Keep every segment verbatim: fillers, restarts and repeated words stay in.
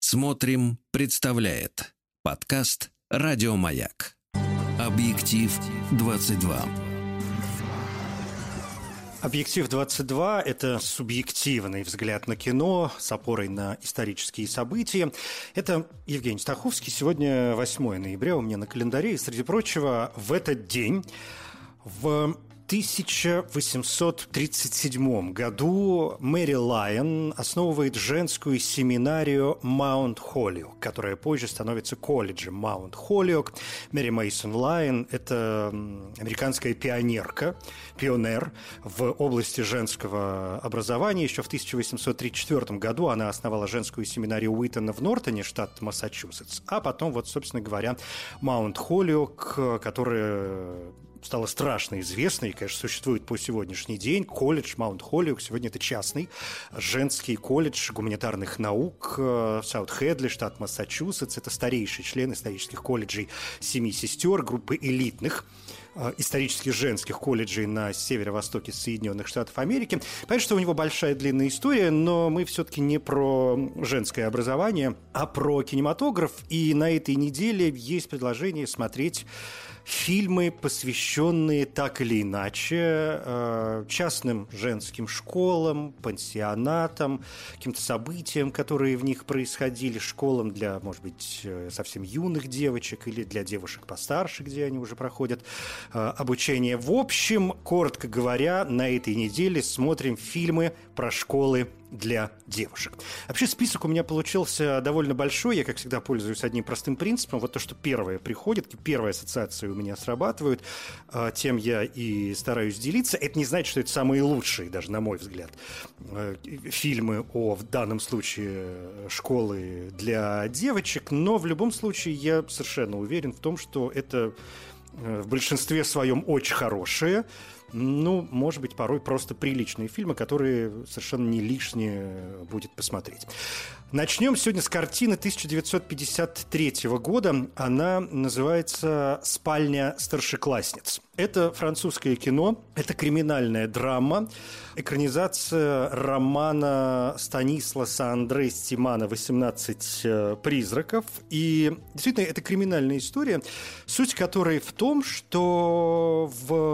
Смотрим, представляет подкаст «Радио Маяк». Объектив двадцать два. «Объектив двадцать два» – это субъективный взгляд на кино с опорой на исторические события. Это Евгений Стаховский. Сегодня восьмое ноября у меня на календаре. И, среди прочего, в этот день, в тысяча восемьсот тридцать седьмом году Мэри Лайон основывает женскую семинарию Маунт Холиок, которая позже становится колледжем Маунт Холиок. Мэри Мейсон Лайон – это американская пионерка, пионер в области женского образования. Еще в тысяча восемьсот тридцать четвёртом году она основала женскую семинарию Уитона в Нортоне, штат Массачусетс. А потом, вот, собственно говоря, Маунт Холиок, которая стала страшно известной и, конечно, существует по сегодняшний день. Колледж Маунт Холиок сегодня это частный женский колледж гуманитарных наук в Саут-Хедли, штат Массачусетс. Это старейший член исторических колледжей «Семи сестер», группы элитных исторических женских колледжей на северо-востоке Соединенных Штатов Америки. Понятно, что у него большая длинная история, но мы все-таки не про женское образование, а про кинематограф. И на этой неделе есть предложение смотреть фильмы, посвященные так или иначе частным женским школам, пансионатам, каким-то событиям, которые в них происходили, школам для, может быть, совсем юных девочек или для девушек постарше, где они уже проходят обучение. В общем, коротко говоря, на этой неделе смотрим фильмы про школы для девушек. Вообще список у меня получился довольно большой. Я, как всегда, пользуюсь одним простым принципом. Вот то, что первое приходит, первые ассоциации у меня срабатывают, тем я и стараюсь делиться. Это не значит, что это самые лучшие, даже на мой взгляд, фильмы о, в данном случае, школы для девочек. Но в любом случае я совершенно уверен в том, что это в большинстве своем очень хорошие, ну, может быть, порой просто приличные фильмы, которые совершенно не лишнее будет посмотреть. Начнем сегодня с картины тысяча девятьсот пятьдесят третьего года. Она называется «Спальня старшеклассниц». Это французское кино, это криминальная драма, экранизация романа Станисласа Андре Стимана «восемнадцать призраков». И действительно, это криминальная история, суть которой в том, что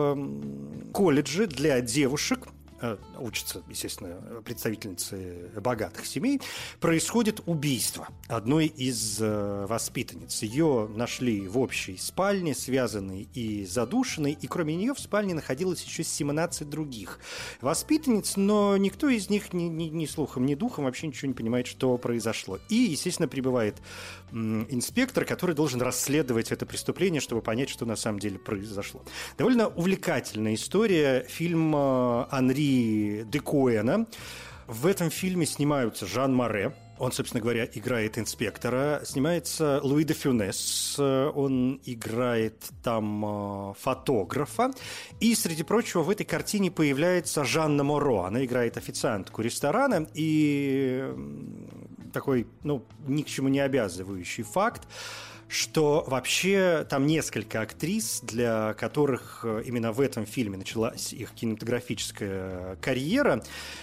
в колледже для девушек, учатся, естественно, представительницы богатых семей, происходит убийство одной из воспитанниц. Ее нашли в общей спальне, связанной и задушенной, и кроме нее в спальне находилось еще семнадцать других воспитанниц, но никто из них ни, ни, ни слухом, ни духом вообще ничего не понимает, что произошло. И, естественно, прибывает м, инспектор, который должен расследовать это преступление, чтобы понять, что на самом деле произошло. Довольно увлекательная история. Фильм Анри де Коэна. В этом фильме снимаются Жан Море. Он, собственно говоря, играет инспектора. Снимается Луи де Фюнес. Он играет там фотографа. И, среди прочего, в этой картине появляется Жанна Моро. Она играет официантку ресторана. И такой, ну, ни к чему не обязывающий факт, что вообще там несколько актрис, для которых именно в этом фильме началась их кинематографическая карьера.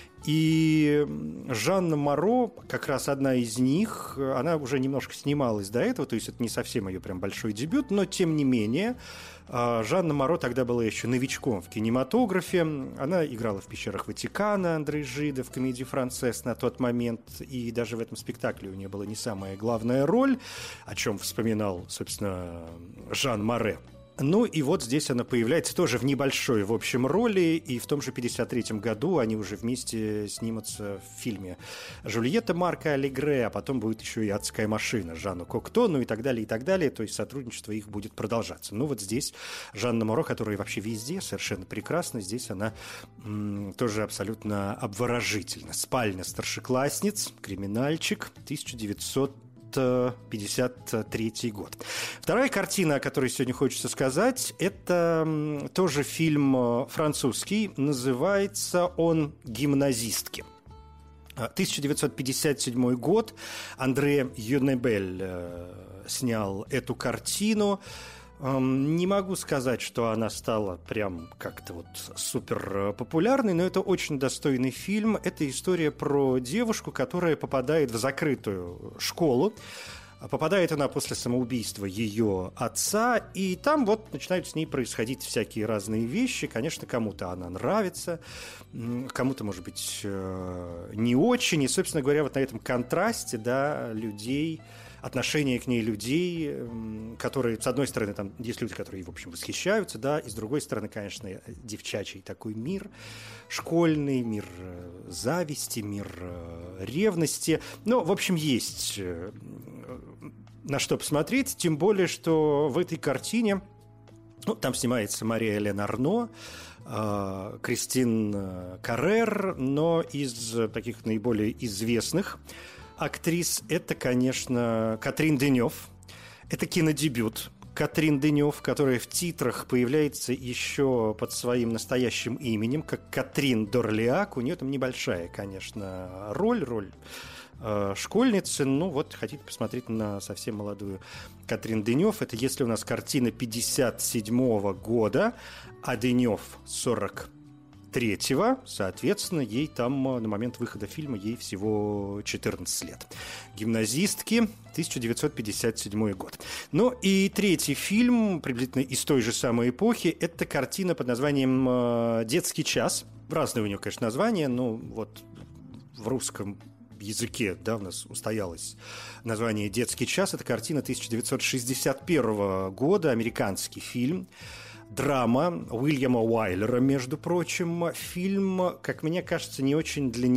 И Жанна Моро, как раз одна из них, она уже немножко снималась до этого, то есть это не совсем ее прям большой дебют, но тем не менее Жанна Моро тогда была еще новичком в кинематографе. Она играла в «Пещерах Ватикана» Андре Жида, в комедии «Францесс» на тот момент, и даже в этом спектакле у нее была не самая главная роль, о чем вспоминал, собственно, Жан Море. Ну и вот здесь она появляется тоже в небольшой, в общем, роли, и в том же пятьдесят третьем году они уже вместе снимутся в фильме «Жюльетта» Марка Аллегре, а потом будет еще и «Адская машина» Жанну Кокто, ну и так далее, и так далее, то есть сотрудничество их будет продолжаться. Ну вот здесь Жанна Моро, которая вообще везде совершенно прекрасна, здесь она м, тоже абсолютно обворожительна. «Спальня старшеклассниц», криминальчик, тысяча девятьсот пятьдесят третий год. Вторая картина, о которой сегодня хочется сказать, это тоже фильм французский. Называется он «Гимназистки». тысяча девятьсот пятьдесят седьмой год. Андре Юнебель снял эту картину. Не могу сказать, что она стала прям как-то вот супер популярной, но это очень достойный фильм. Это история про девушку, которая попадает в закрытую школу. Попадает она после самоубийства ее отца, и там вот начинают с ней происходить всякие разные вещи. Конечно, кому-то она нравится, кому-то, может быть, не очень. И, собственно говоря, вот на этом контрасте, да, людей... отношение к ней людей, которые, с одной стороны, там есть люди, которые, в общем, восхищаются, да, и с другой стороны, конечно, девчачий такой мир школьный, мир зависти, мир ревности. Ну, в общем, есть на что посмотреть, тем более, что в этой картине, ну, там снимается Мария Элен Арно, Кристин Каррер, но из таких наиболее известных актрис это, конечно, Катрин Денев. Это кинодебют Катрин Денев, которая в титрах появляется еще под своим настоящим именем, как Катрин Дорлиак. У нее там небольшая, конечно, роль, роль э, школьницы. Ну вот, хотите посмотреть на совсем молодую Катрин Денев. Это если у нас картина пятьдесят седьмого года, а Денев сорок третьего, соответственно, ей там на момент выхода фильма ей всего четырнадцать лет. Гимназистки, тысяча девятьсот пятьдесят седьмой год. Ну и третий фильм, приблизительно из той же самой эпохи, это картина под названием «Детский час». Разные у нее, конечно, названия, но вот в русском языке, да, у нас устоялось название «Детский час». Это картина тысяча девятьсот шестьдесят первого года, американский фильм. Драма Уильяма Уайлера, между прочим. Фильм, как мне кажется, не очень для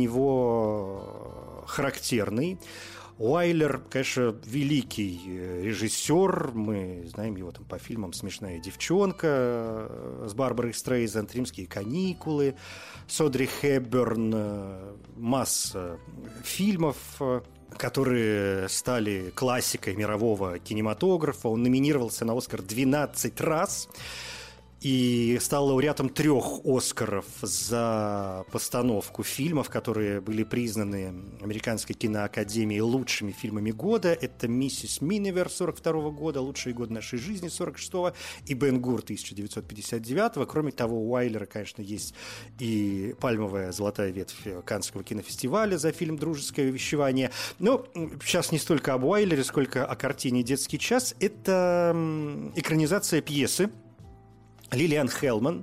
него характерный. Уайлер, конечно, великий режиссер. Мы знаем его там по фильмам «Смешная девчонка» с Барбарой Стрейзанд, «Римские каникулы» с Одри Хепберн, масса фильмов, которые стали классикой мирового кинематографа. Он номинировался на «Оскар» двенадцать раз и стал лауреатом трех «Оскаров» за постановку фильмов, которые были признаны Американской киноакадемией лучшими фильмами года. Это «Миссис Минивер» сорок второго года, «Лучший год нашей жизни» сорок шестого и «Бен-Гур» тысяча девятьсот пятьдесят девятого. Кроме того, у Уайлера, конечно, есть и пальмовая золотая ветвь Каннского кинофестиваля за фильм «Дружеское увещевание». Но сейчас не столько об Уайлере, сколько о картине «Детский час». Это экранизация пьесы Лилиан Хелман,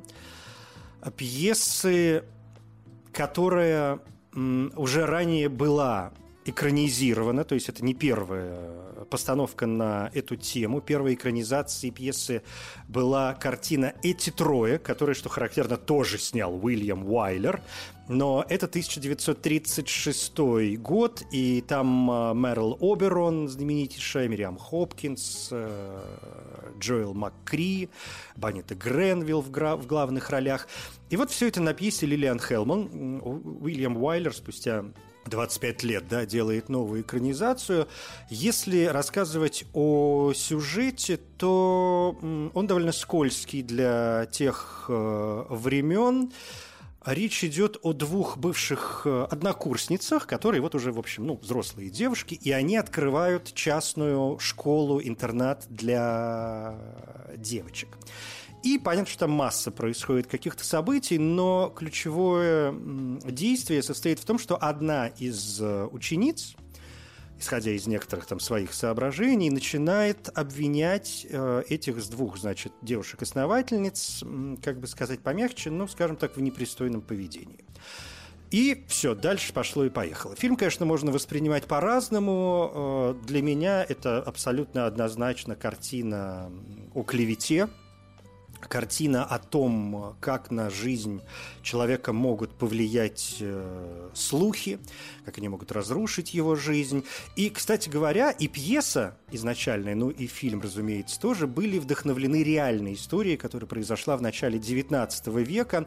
пьесы, которая уже ранее была экранизирована, то есть это не первая постановка на эту тему. Первой экранизацией пьесы была картина «Эти трое», которую, что характерно, тоже снял Уильям Уайлер. Но это тысяча девятьсот тридцать шестой год, и там Мэрил Оберон, знаменитейшая, Мириам Хопкинс, Джоэл МакКри, Баннита Гренвилл в, гра- в главных ролях. И вот все это на пьесе Лилиан Хелман. Уильям Уайлер спустя двадцать пять лет, да, делает новую экранизацию. Если рассказывать о сюжете, то он довольно скользкий для тех э, времен. Речь идет о двух бывших однокурсницах, которые вот уже, в общем, ну, взрослые девушки, и они открывают частную школу-интернат для девочек. И понятно, что там масса происходит каких-то событий, но ключевое действие состоит в том, что одна из учениц, исходя из некоторых там своих соображений, начинает обвинять э, этих с двух, значит, девушек-основательниц, как бы сказать помягче, ну, скажем так, в непристойном поведении. И все, дальше пошло и поехало. Фильм, конечно, можно воспринимать по-разному. Для меня это абсолютно однозначно картина о клевете, картина о том, как на жизнь человека могут повлиять э, слухи, как они могут разрушить его жизнь. И, кстати говоря, и пьеса изначальная, ну и фильм, разумеется, тоже были вдохновлены реальной историей, которая произошла в начале девятнадцатого века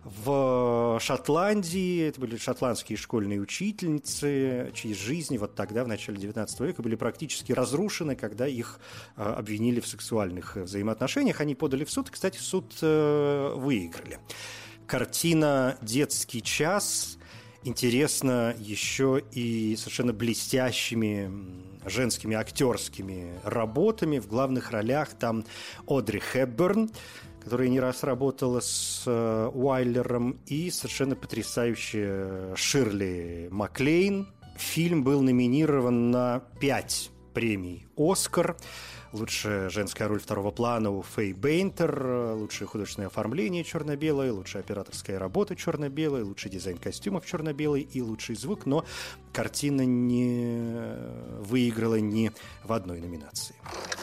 в Шотландии. Это были шотландские школьные учительницы, чьи жизни вот тогда, в начале девятнадцатого века, были практически разрушены, когда их э, обвинили в сексуальных взаимоотношениях. Они подали в суд, и, кстати, суд э, выиграли. Картина «Детский час» интересна еще и совершенно блестящими женскими актерскими работами. В главных ролях там Одри Хепберн, которая не раз работала с э, Уайлером, и совершенно потрясающая Ширли Маклейн. Фильм был номинирован на пять премий «Оскар». Лучшая женская роль второго плана у Фэй Бейнтер, лучшее художественное оформление черно-белое, лучшая операторская работа черно-белая, лучший дизайн костюмов черно-белый и лучший звук, но картина не выиграла ни в одной номинации.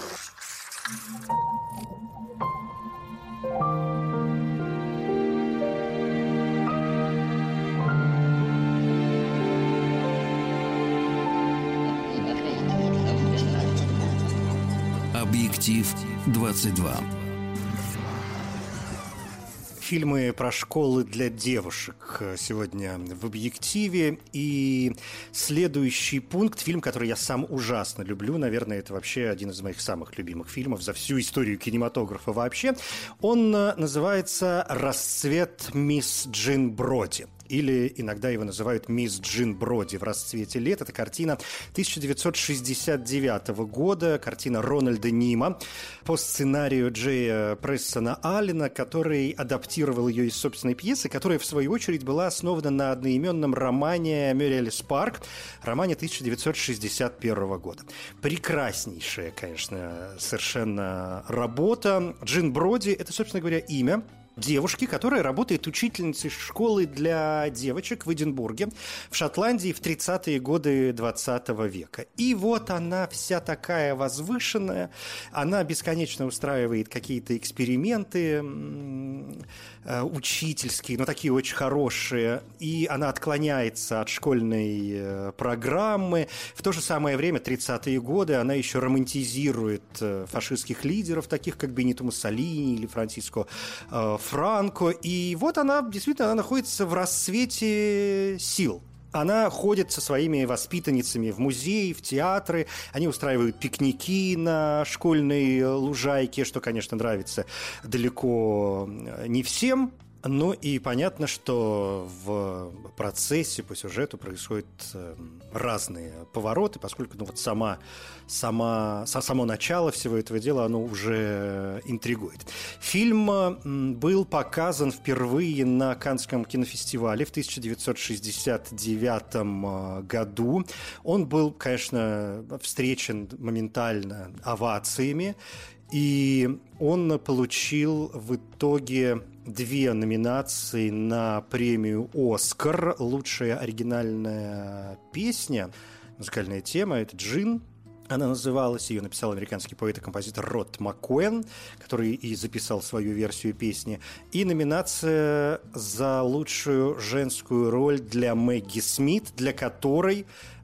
Объектив двадцать два. Фильмы про школы для девушек сегодня в «Объективе». И следующий пункт, фильм, который я сам ужасно люблю, наверное, это вообще один из моих самых любимых фильмов за всю историю кинематографа вообще. Он называется «Расцвет мисс Джин Броди». Или иногда его называют «Мисс Джин Броди в расцвете лет». Это картина тысяча девятьсот шестьдесят девятого года, картина Рональда Нима по сценарию Джея Прессона Аллена, который адаптировал ее из собственной пьесы, которая, в свою очередь, была основана на одноименном романе Мюриэль Спарк, романе тысяча девятьсот шестьдесят первого года. Прекраснейшая, конечно, совершенно работа. Джин Броди – это, собственно говоря, имя девушки, которая работает учительницей школы для девочек в Эдинбурге, в Шотландии в тридцатые годы двадцатого века. И вот она вся такая возвышенная, она бесконечно устраивает какие-то эксперименты э, учительские, но такие очень хорошие, и она отклоняется от школьной э, программы. В то же самое время, тридцатые годы, она еще романтизирует э, фашистских лидеров, таких как Бенито Муссолини или Франсиско э, Франко, и вот она действительно она находится в расцвете сил. Она ходит со своими воспитанницами в музеи, в театры, они устраивают пикники на школьной лужайке, что, конечно, нравится далеко не всем. Ну и понятно, что в процессе, по сюжету происходят разные повороты, поскольку ну, вот сама, сама, само начало всего этого дела, оно уже интригует. Фильм был показан впервые на Каннском кинофестивале в тысяча девятьсот шестьдесят девятом году. Он был, конечно, встречен моментально овациями, и он получил в итоге две номинации на премию «Оскар». Лучшая оригинальная песня, музыкальная тема – это «Джин». Она называлась, ее написал американский поэт и композитор Рот Маккуэн, который и записал свою версию песни. И номинация за лучшую женскую роль для Мэгги Смит, для которой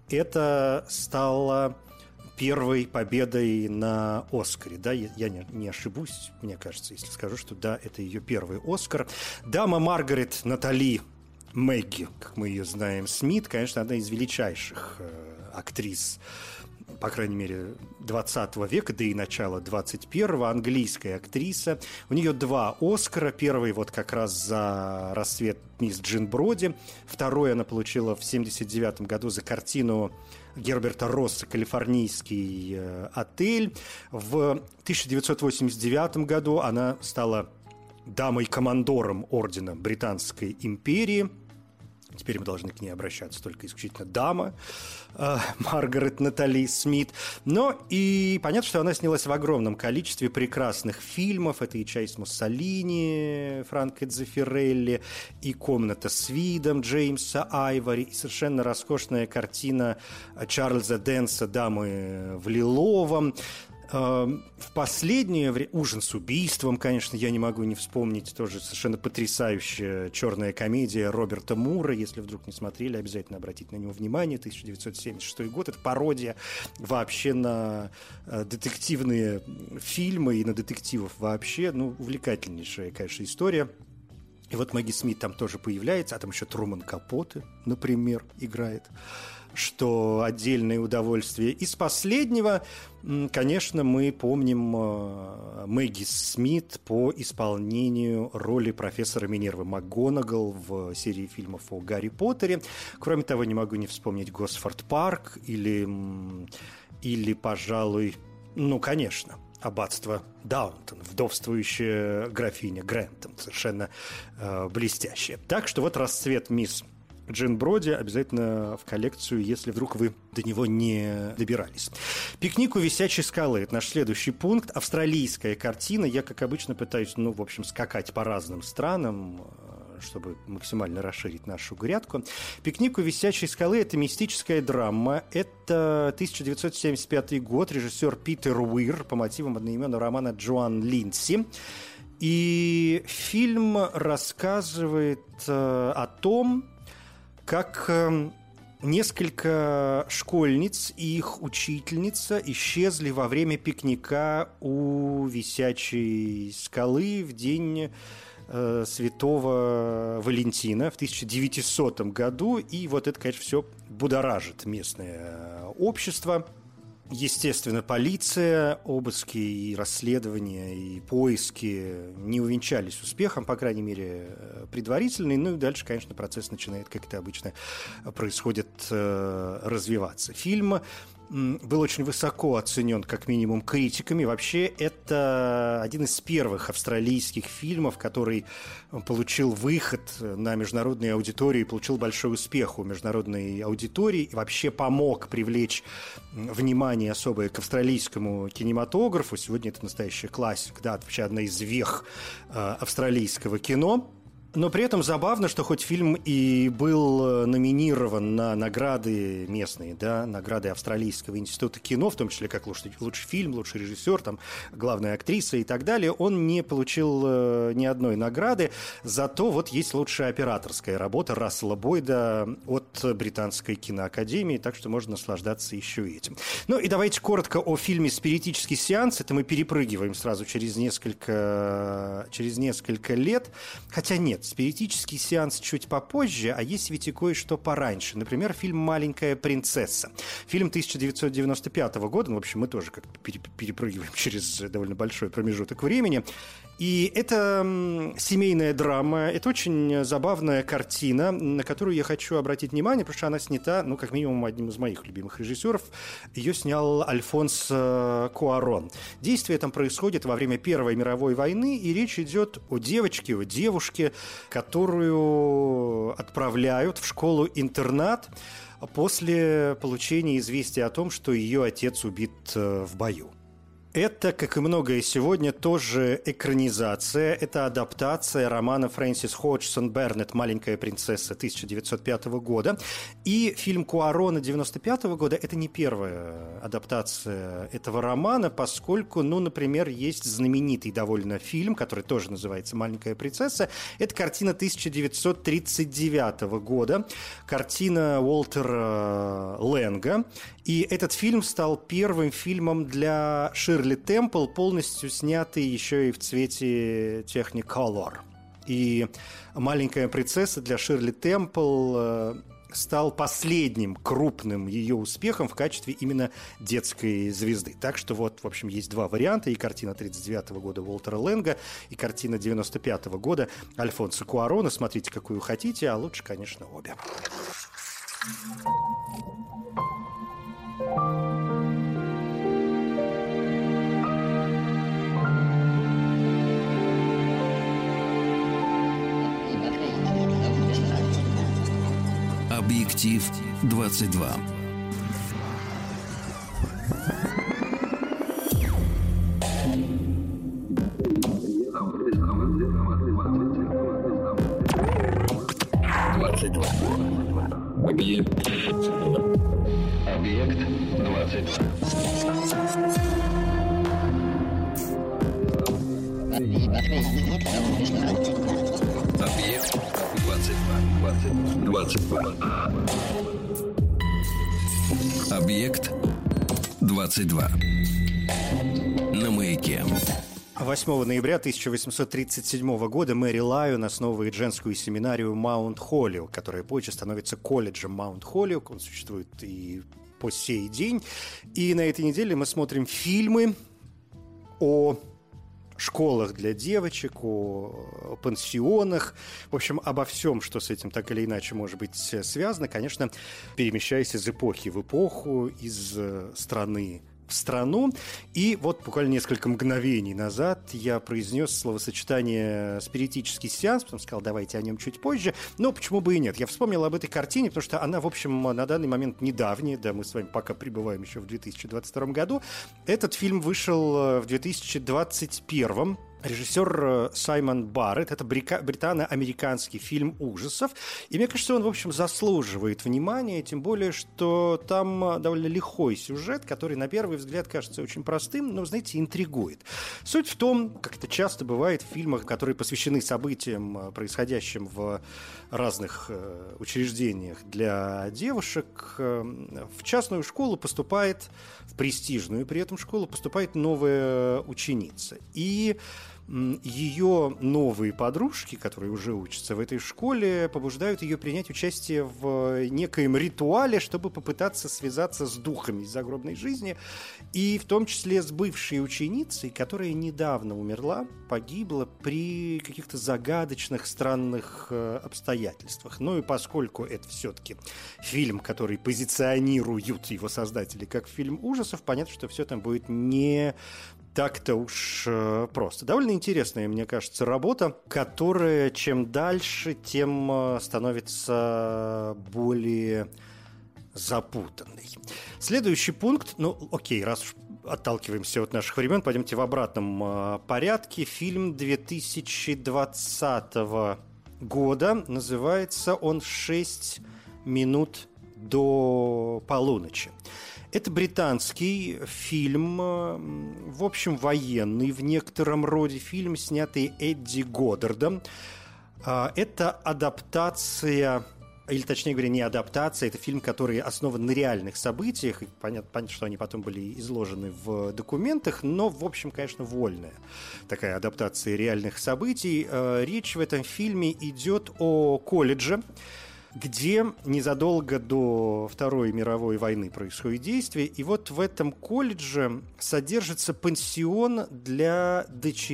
это стало первой победой на «Оскаре». Да, я не, не ошибусь, мне кажется, если скажу, что да, это ее первый «Оскар». Дама Маргарет Натали Мэгги, как мы ее знаем, Смит, конечно, одна из величайших э, актрис, по крайней мере, двадцатого века, да и начала двадцать первого, английская актриса. У нее два «Оскара». Первый вот как раз за «Расцвет мисс Джин Броди». Второй она получила в семьдесят девятом году за картину Герберта Росса «Калифорнийский отель». В тысяча девятьсот восемьдесят девятом году она стала дамой-командором ордена Британской империи. Теперь мы должны к ней обращаться только исключительно дама э, Маргарет Натали Смит. Но и понятно, что она снялась в огромном количестве прекрасных фильмов. Это и «Чай с Муссолини» Франко Дзеффирелли, и «Комната с видом» Джеймса Айвори, и совершенно роскошная картина Чарльза Дэнса «Дамы в лиловом». В последнее время «Ужин с убийством», конечно, я не могу не вспомнить, тоже совершенно потрясающая черная комедия Роберта Мура. Если вдруг не смотрели, обязательно обратите на него внимание. тысяча девятьсот семьдесят шестой год. Это пародия вообще на детективные фильмы и на детективов вообще. Ну, увлекательнейшая, конечно, история. И вот Мэгги Смит там тоже появляется, а там еще Труман Капоте, например, играет, что отдельное удовольствие. Из последнего, конечно, мы помним Мэгги Смит по исполнению роли профессора Минервы МакГонагал в серии фильмов о Гарри Поттере. Кроме того, не могу не вспомнить Госфорд Парк или, или, пожалуй, ну, конечно, «Аббатство Даунтон», вдовствующая графиня Грентон, совершенно э, блестящая. Так что вот расцвет мисс Джин Броди обязательно в коллекцию, если вдруг вы до него не добирались. «Пикник у висячей скалы» — это наш следующий пункт. Австралийская картина. Я, как обычно, пытаюсь, ну, в общем, скакать по разным странам, чтобы максимально расширить нашу грядку. «Пикник у висячей скалы» — это мистическая драма. Это тысяча девятьсот семьдесят пятый год. Режиссер Питер Уир по мотивам одноименного романа Джоан Линдси. И фильм рассказывает э, о том, как э, несколько школьниц и их учительница исчезли во время пикника у висячей скалы в день Святого Валентина в тысяча девятисотом году. И вот это, конечно, все будоражит местное общество. Естественно, полиция, обыски и расследования, и поиски не увенчались успехом, по крайней мере, предварительный. Ну и дальше, конечно, процесс начинает, как это обычно происходит, развиваться. Фильм был очень высоко оценен, как минимум, критиками. Вообще, это один из первых австралийских фильмов, который получил выход на международную аудиторию и получил большой успех у международной аудитории, и вообще помог привлечь внимание особое к австралийскому кинематографу. Сегодня это настоящая классика, да, вообще одна из вех э, австралийского кино. Но при этом забавно, что хоть фильм и был номинирован на награды местные, да, награды Австралийского института кино, в том числе как лучший, лучший фильм, лучший режиссер, там, главная актриса и так далее, он не получил э, ни одной награды. Зато вот есть лучшая операторская работа Рассела Бойда от Британской киноакадемии, так что можно наслаждаться еще и этим. Ну и давайте коротко о фильме «Спиритический сеанс». Это мы перепрыгиваем сразу через несколько, через несколько лет. Хотя нет, «Спиритический сеанс» чуть попозже, а есть ведь и кое-что пораньше. Например, фильм «Маленькая принцесса». Фильм тысяча девятьсот девяносто пятого года. Ну, в общем, мы тоже как-то перепрыгиваем через довольно большой промежуток времени. И это семейная драма, это очень забавная картина, на которую я хочу обратить внимание, потому что она снята, ну, как минимум, одним из моих любимых режиссеров. Ее снял Альфонс Куарон. Действие там происходит во время Первой мировой войны, и речь идет о девочке, о девушке, которую отправляют в школу-интернат после получения известия о том, что ее отец убит в бою. Это, как и многое сегодня, тоже экранизация. Это адаптация романа Фрэнсис Ходжсон Бернетт «Маленькая принцесса» тысяча девятьсот пятого года. И фильм Куарона девяносто пятого года – это не первая адаптация этого романа, поскольку, ну, например, есть знаменитый довольно фильм, который тоже называется «Маленькая принцесса». Это картина тысяча девятьсот тридцать девятого года, картина Уолтера Лэнга. И этот фильм стал первым фильмом для Ширли Темпл, полностью снятый еще и в цвете Technicolor. И «Маленькая принцесса» для Ширли Темпл стал последним крупным ее успехом в качестве именно детской звезды. Так что вот, в общем, есть два варианта. И картина тридцать девятого года Уолтера Лэнга, и картина девяносто пятого года Альфонсо Куарона. Смотрите, какую хотите, а лучше, конечно, обе. Объектив двадцать два. двадцать два. Объект. Объект двадцать два. Объект двадцать два. двадцать два. Объект двадцать два. На маяке. восьмого ноября тысяча восемьсот тридцать седьмого года Мэри Лайон основывает женскую семинарию Маунт Холиок, которая позже становится колледжем Маунт Холиок. Он существует и по сей день. И на этой неделе мы смотрим фильмы о школах для девочек, о пансионах, в общем, обо всем, что с этим так или иначе может быть связано, конечно, перемещаясь из эпохи в эпоху, из страны в страну. И вот буквально несколько мгновений назад я произнес словосочетание «спиритический сеанс», потом сказал, давайте о нем чуть позже, но почему бы и нет. Я вспомнил об этой картине, потому что она, в общем, на данный момент недавняя, да, мы с вами пока пребываем еще в две тысячи двадцать втором году. Этот фильм вышел в две тысячи двадцать первом. Режиссер Саймон Барретт. Это британо-американский фильм ужасов. И мне кажется, он, в общем, заслуживает внимания, тем более, что там довольно лихой сюжет, который, на первый взгляд, кажется очень простым, но, знаете, интригует. Суть в том, как это часто бывает в фильмах, которые посвящены событиям, происходящим в разных учреждениях для девушек. В частную школу поступает, в престижную при этом школу поступает новая ученица. И ее новые подружки, которые уже учатся в этой школе, побуждают ее принять участие в некоем ритуале, чтобы попытаться связаться с духами из загробной жизни, и в том числе с бывшей ученицей, которая недавно умерла, погибла при каких-то загадочных, странных обстоятельствах. Ну и поскольку это все-таки фильм, который позиционируют его создатели как фильм ужасов, понятно, что все там будет не так-то уж э, просто. Довольно интересная, мне кажется, работа, которая чем дальше, тем э, становится более запутанной. Следующий пункт, ну, окей, раз уж отталкиваемся от наших времен, пойдемте в обратном э, порядке. Фильм две тысячи двадцатого года, называется он «Шесть минут до полуночи». Это британский фильм, в общем, военный, в некотором роде фильм, снятый Эдди Годдардом. Это адаптация, или точнее говоря, не адаптация, это фильм, который основан на реальных событиях, и понятно, понятно, что они потом были изложены в документах, но, в общем, конечно, вольная такая адаптация реальных событий. Речь в этом фильме идет о колледже, где незадолго до Второй мировой войны происходит действие. И вот в этом колледже содержится пансион для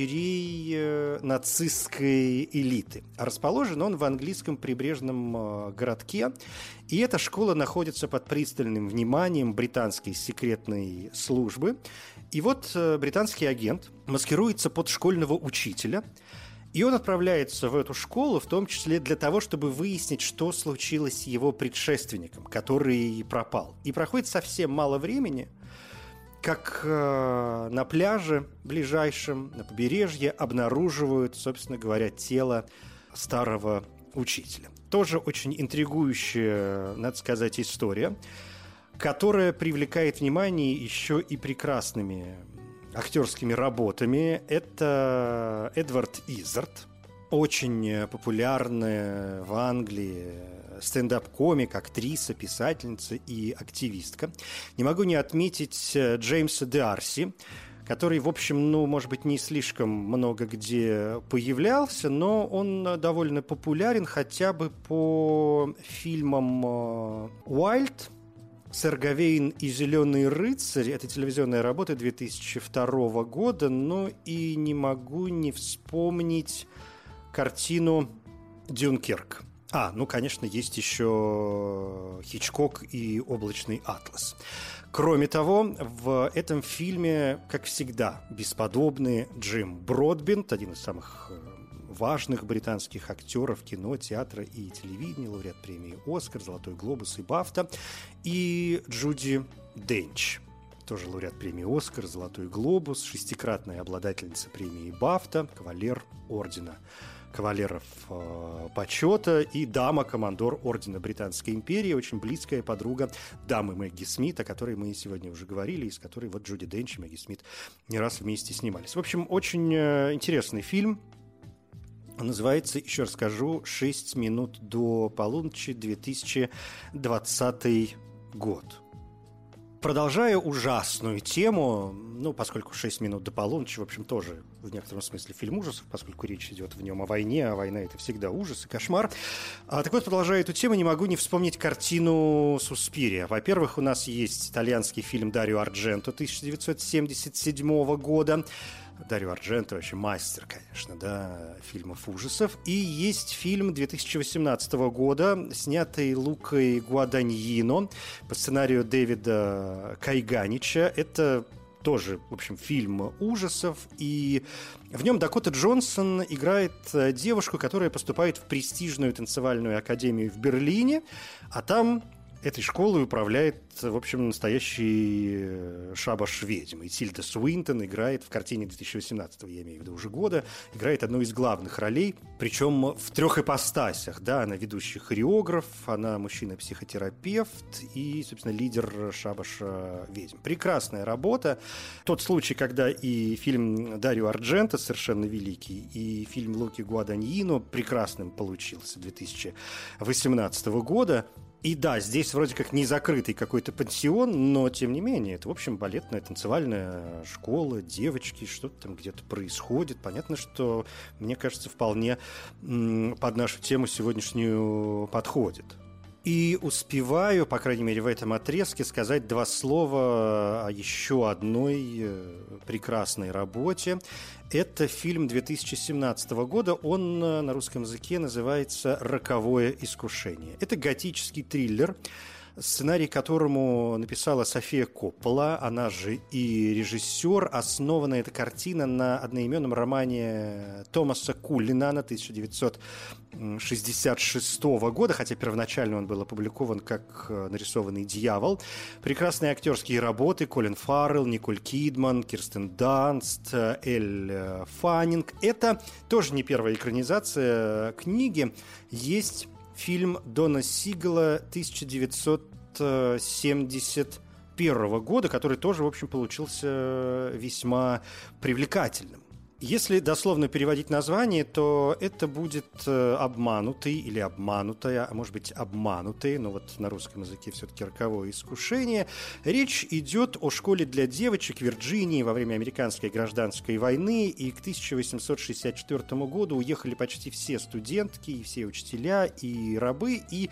дочерей нацистской элиты. Расположен он в английском прибрежном городке. И эта школа находится под пристальным вниманием британской секретной службы. И вот британский агент маскируется под школьного учителя. И он отправляется в эту школу, в том числе для того, чтобы выяснить, что случилось с его предшественником, который пропал. И проходит совсем мало времени, как э, на пляже ближайшем, на побережье, обнаруживают, собственно говоря, тело старого учителя. Тоже очень интригующая, надо сказать, история, которая привлекает внимание еще и прекрасными актерскими работами. Это Эдвард Иззард, очень популярная в Англии стендап-комик, актриса, писательница и активистка. Не могу не отметить Джеймса Дарси, который, в общем, ну, может быть, не слишком много где появлялся, но он довольно популярен хотя бы по фильмам «Уайлд», «Сэр Гавейн и Зеленый рыцарь». Это телевизионная работа две тысячи второго года. Но и не могу не вспомнить картину «Дюнкерк». А, ну, конечно, есть еще Хичкок и «Облачный атлас». Кроме того, в этом фильме, как всегда, бесподобный Джим Бродбент, один из самых важных британских актеров кино, театра и телевидения, лауреат премии «Оскар», «Золотой глобус» и «Бафта», и Джуди Денч, тоже лауреат премии «Оскар», «Золотой глобус», шестикратная обладательница премии «Бафта», кавалер ордена кавалеров э, почета и дама-командор ордена Британской империи, очень близкая подруга дамы Мэгги Смит, о которой мы сегодня уже говорили, и с которой вот Джуди Денч и Мэгги Смит не раз вместе снимались. В общем, очень э, интересный фильм. Он называется, еще раз скажу, «Шесть минут до полуночи», две тысячи двадцатый год. Продолжая ужасную тему, ну, поскольку шесть минут до полуночи, в общем, тоже в некотором смысле фильм ужасов, поскольку речь идет в нем о войне, а война — это всегда ужас и кошмар. А, так вот, продолжая эту тему, не могу не вспомнить картину «Суспирия». Во-первых, у нас есть итальянский фильм Дарио Ардженто тысяча девятьсот семьдесят седьмого года. Дарио Ардженто вообще мастер, конечно, да, фильмов ужасов. И есть фильм две тысячи восемнадцатого года, снятый Лукой Гуаданьино по сценарию Дэвида Кайганича. Это тоже, в общем, фильм ужасов, и в нем Дакота Джонсон играет девушку, которая поступает в престижную танцевальную академию в Берлине, а там этой школой управляет, в общем, настоящий шабаш ведьм. И Тильда Суинтон играет в картине две тысячи восемнадцатого, я имею в виду уже года, играет одну из главных ролей, причем в трех ипостасях. Да, она ведущий хореограф, она мужчина-психотерапевт и, собственно, лидер шабаша ведьм. Прекрасная работа. Тот случай, когда и фильм Дарио Ардженто совершенно великий, и фильм Луки Гуаданьино прекрасным получился две тысячи восемнадцатого года. И да, здесь вроде как не закрытый какой-то пансион, но тем не менее, это, в общем, балетная танцевальная школа, девочки, что-то там где-то происходит. Понятно, что, мне кажется, вполне м- под нашу тему сегодняшнюю подходит. И успеваю, по крайней мере, в этом отрезке сказать два слова о еще одной прекрасной работе. Это фильм две тысячи семнадцатого года. Он на русском языке называется «Роковое искушение». Это готический триллер, сценарий которому написала София Коппола, она же и режиссер. Основана эта картина на одноименном романе Томаса Куллинана тысяча девятьсот шестьдесят шестого года, хотя первоначально он был опубликован как «Нарисованный дьявол». Прекрасные актерские работы: Колин Фаррелл, Николь Кидман, Кирстен Данст, Эль Фаннинг. Это тоже не первая экранизация книги. Есть фильм Дона Сигала тысяча девятьсот семьдесят первого года, который тоже, в общем, получился весьма привлекательным. Если дословно переводить название, то это будет «Обманутый» или «Обманутая», а может быть «Обманутые», но вот на русском языке все-таки «Роковое искушение». Речь идет о школе для девочек в Вирджинии во время американской гражданской войны, и к тысяча восемьсот шестьдесят четвёртому году уехали почти все студентки, и все учителя, и рабы, и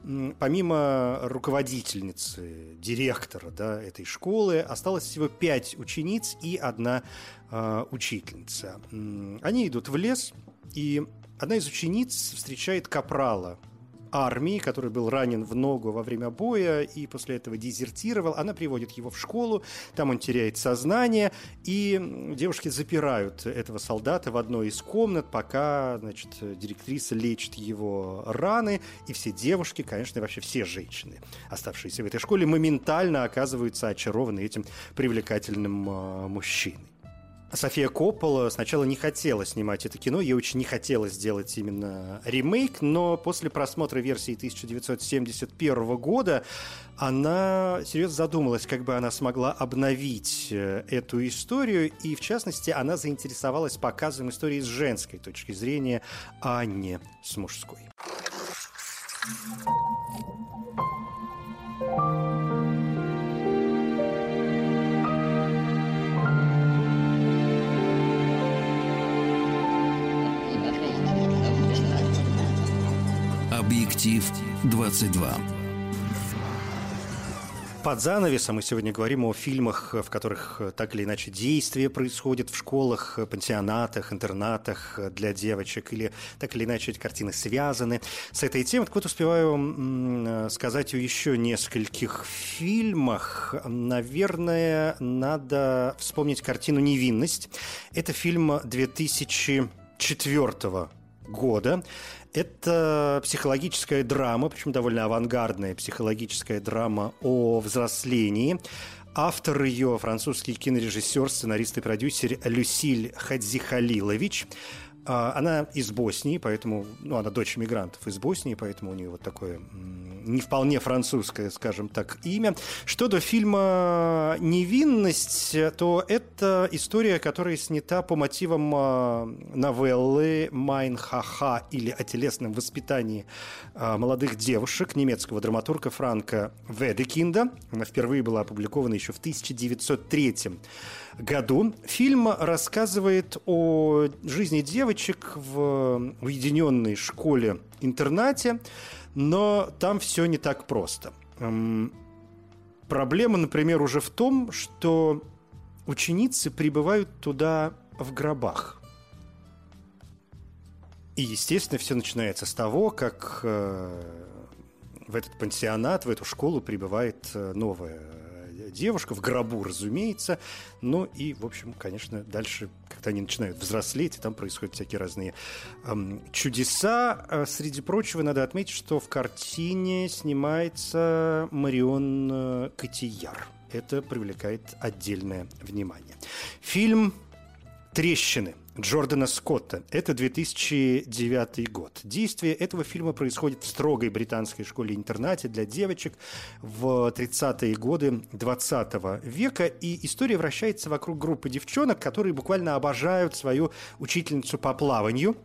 помимо руководительницы, директора, да, этой школы, осталось всего пять учениц и одна учительница. Они идут в лес, и одна из учениц встречает капрала армии, который был ранен в ногу во время боя и после этого дезертировал. Она приводит его в школу, там он теряет сознание, и девушки запирают этого солдата в одной из комнат, пока, значит, директриса лечит его раны, и все девушки, конечно, и вообще все женщины, оставшиеся в этой школе, моментально оказываются очарованы этим привлекательным э, мужчиной. София Коппола сначала не хотела снимать это кино, ей очень не хотелось сделать именно ремейк, но после просмотра версии тысяча девятьсот семьдесят первого года она серьезно задумалась, как бы она смогла обновить эту историю, и, в частности, она заинтересовалась показом истории с женской точки зрения, а не с мужской. Объектив двадцать два. Под занавесом мы сегодня говорим о фильмах, в которых так или иначе действие происходит в школах, пансионатах, интернатах для девочек, или так или иначе эти картины связаны с этой темой. Так вот, успеваю м- сказать о еще нескольких фильмах. Наверное, надо вспомнить картину «Невинность». Это фильм две тысячи четвёртого года. Это психологическая драма, причем довольно авангардная психологическая драма о взрослении. Автор ее — французский кинорежиссер, сценарист и продюсер Люсиль Хадзихалилович. Она из Боснии, поэтому, ну, она дочь мигрантов из Боснии, поэтому у нее вот такое не вполне французское, скажем так, имя. Что до фильма «Невинность», то это история, которая снята по мотивам новеллы «Майн ха-ха» или «О телесном воспитании молодых девушек» немецкого драматурга Франка Ведекинда. Она впервые была опубликована еще в тысяча девятьсот третьем году. Фильм рассказывает о жизни девочек в уединенной школе-интернате, но там все не так просто. Эм, проблема, например, уже в том, что ученицы прибывают туда в гробах. И, естественно, все начинается с того, как э, в этот пансионат, в эту школу прибывает новая девушка, в гробу, разумеется. Ну и, в общем, конечно, дальше, когда они начинают взрослеть, и там происходят всякие разные эм, чудеса. Среди прочего, надо отметить, что в картине снимается Марион Котийяр. Это привлекает отдельное внимание. Фильм «Трещины» Джордана Скотта. Это две тысячи девятый год. Действие этого фильма происходит в строгой британской школе-интернате для девочек в тридцатые годы двадцатого века. И история вращается вокруг группы девчонок, которые буквально обожают свою учительницу по плаванию.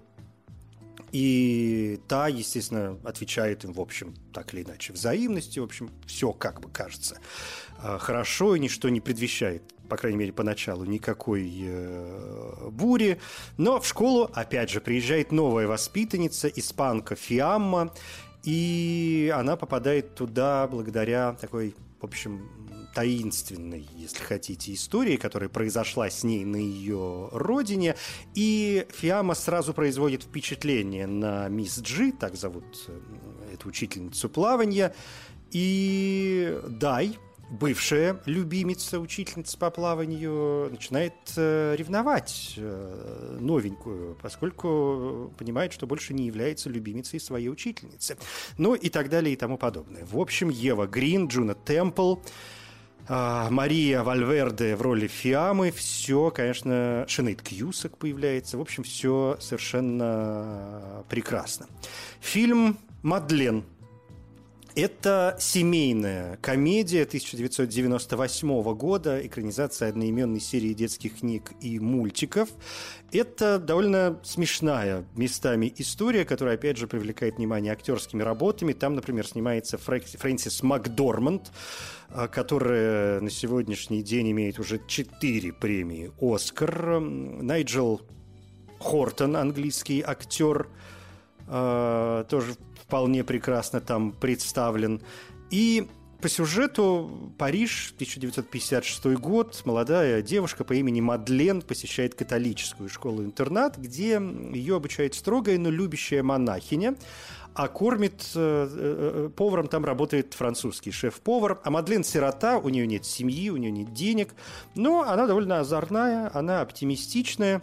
И та, естественно, отвечает им, в общем, так или иначе, взаимностью. В общем, все, как бы кажется, хорошо, и ничто не предвещает, по крайней мере, поначалу, никакой э, бури. Но в школу, опять же, приезжает новая воспитанница, испанка Фиамма, и она попадает туда благодаря такой, в общем, таинственной, если хотите, истории, которая произошла с ней на ее родине. И Фиамма сразу производит впечатление на мисс Джи, так зовут эту учительницу плавания, и Дай, бывшая любимица, учительница по плаванию, начинает э, ревновать э, новенькую, поскольку понимает, что больше не является любимицей своей учительницы. Ну и так далее и тому подобное. В общем, Ева Грин, Джуна Темпл, э, Мария Вальверде в роли Фиаммы. Все, конечно, Шинейд Кьюсак появляется. В общем, все совершенно прекрасно. Фильм «Мадлен». Это семейная комедия тысяча девятьсот девяносто восьмого года, экранизация одноименной серии детских книг и мультиков. Это довольно смешная местами история, которая, опять же, привлекает внимание актерскими работами. Там, например, снимается Фрэнсис Макдорманд, которая на сегодняшний день имеет уже четыре премии «Оскар». Найджел Хортон, английский актер, тоже вполне прекрасно там представлен. И по сюжету Париж, тысяча девятьсот пятьдесят шестой год, молодая девушка по имени Мадлен посещает католическую школу-интернат, где ее обучает строгая, но любящая монахиня, а кормит, э, поваром там работает французский шеф-повар. А Мадлен сирота, у нее нет семьи, у нее нет денег, но она довольно озорная, она оптимистичная.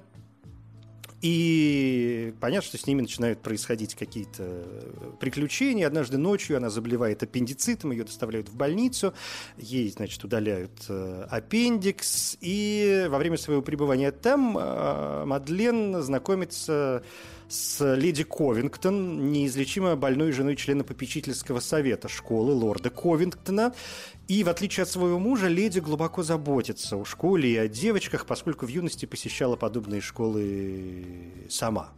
И понятно, что с ними начинают происходить какие-то приключения. Однажды ночью она заболевает аппендицитом, ее доставляют в больницу, ей, значит, удаляют аппендикс. И во время своего пребывания там Мадлен знакомится с леди Ковингтон, неизлечимо больной женой члена попечительского совета школы лорда Ковингтона. И, в отличие от своего мужа, леди глубоко заботится о школе и о девочках, поскольку в юности посещала подобные школы сама.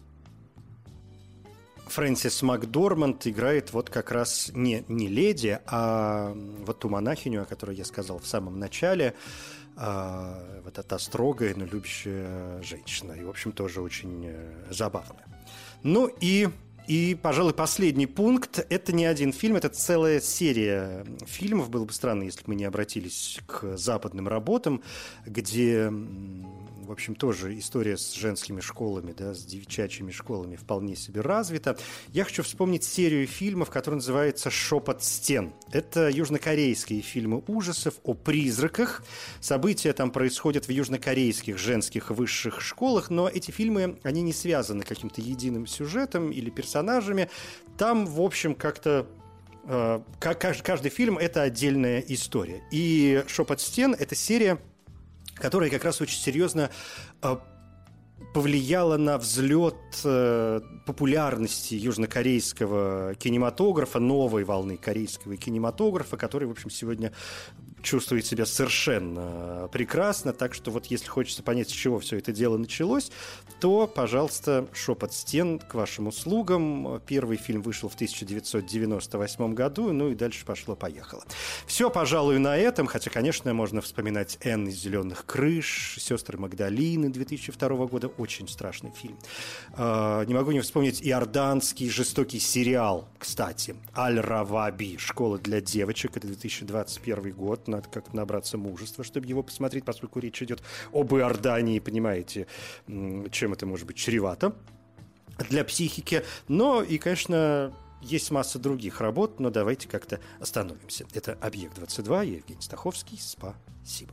Фрэнсис Макдорманд играет вот как раз не, не леди, а вот ту монахиню, о которой я сказал в самом начале. А, вот эта строгая, но любящая женщина. И, в общем, тоже очень забавная. Ну и... И, пожалуй, последний пункт – это не один фильм, это целая серия фильмов. Было бы странно, если бы мы не обратились к западным работам, где, в общем, тоже история с женскими школами, да, с девчачьими школами вполне себе развита. Я хочу вспомнить серию фильмов, которая называется «Шепот стен». Это южнокорейские фильмы ужасов о призраках. События там происходят в южнокорейских женских высших школах, но эти фильмы, они не связаны каким-то единым сюжетом или персонажем. Там, в общем, как-то э, каждый фильм – это отдельная история. И «Шепот стен» – это серия, которая как раз очень серьезно э, повлияло на взлет э, популярности южнокорейского кинематографа, новой волны корейского кинематографа, который, в общем, сегодня чувствует себя совершенно прекрасно. Так что вот если хочется понять, с чего все это дело началось, то, пожалуйста, «Шепот стен» к вашим услугам. Первый фильм вышел в тысяча девятьсот девяносто восьмом году, ну и дальше пошло-поехало. Все, пожалуй, на этом, хотя, конечно, можно вспоминать «Энн из зеленых крыш», «Сестры Магдалины» две тысячи второго года, очень страшный фильм. Не могу не вспомнить иорданский жестокий сериал, кстати, «Аль-Раваби. Школа для девочек», это две тысячи двадцать первый год. Надо как-то набраться мужества, чтобы его посмотреть, поскольку речь идет об Иордании, понимаете, чем это может быть чревато для психики. Но и, конечно, есть масса других работ, но давайте как-то остановимся. Это «Объект двадцать два», я Евгений Стаховский. Спасибо.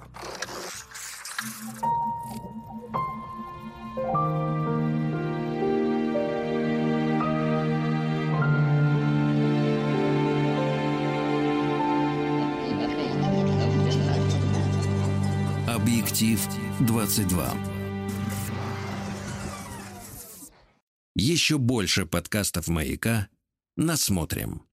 Объектив двадцать два. Еще больше подкастов «Маяка» насмотрим.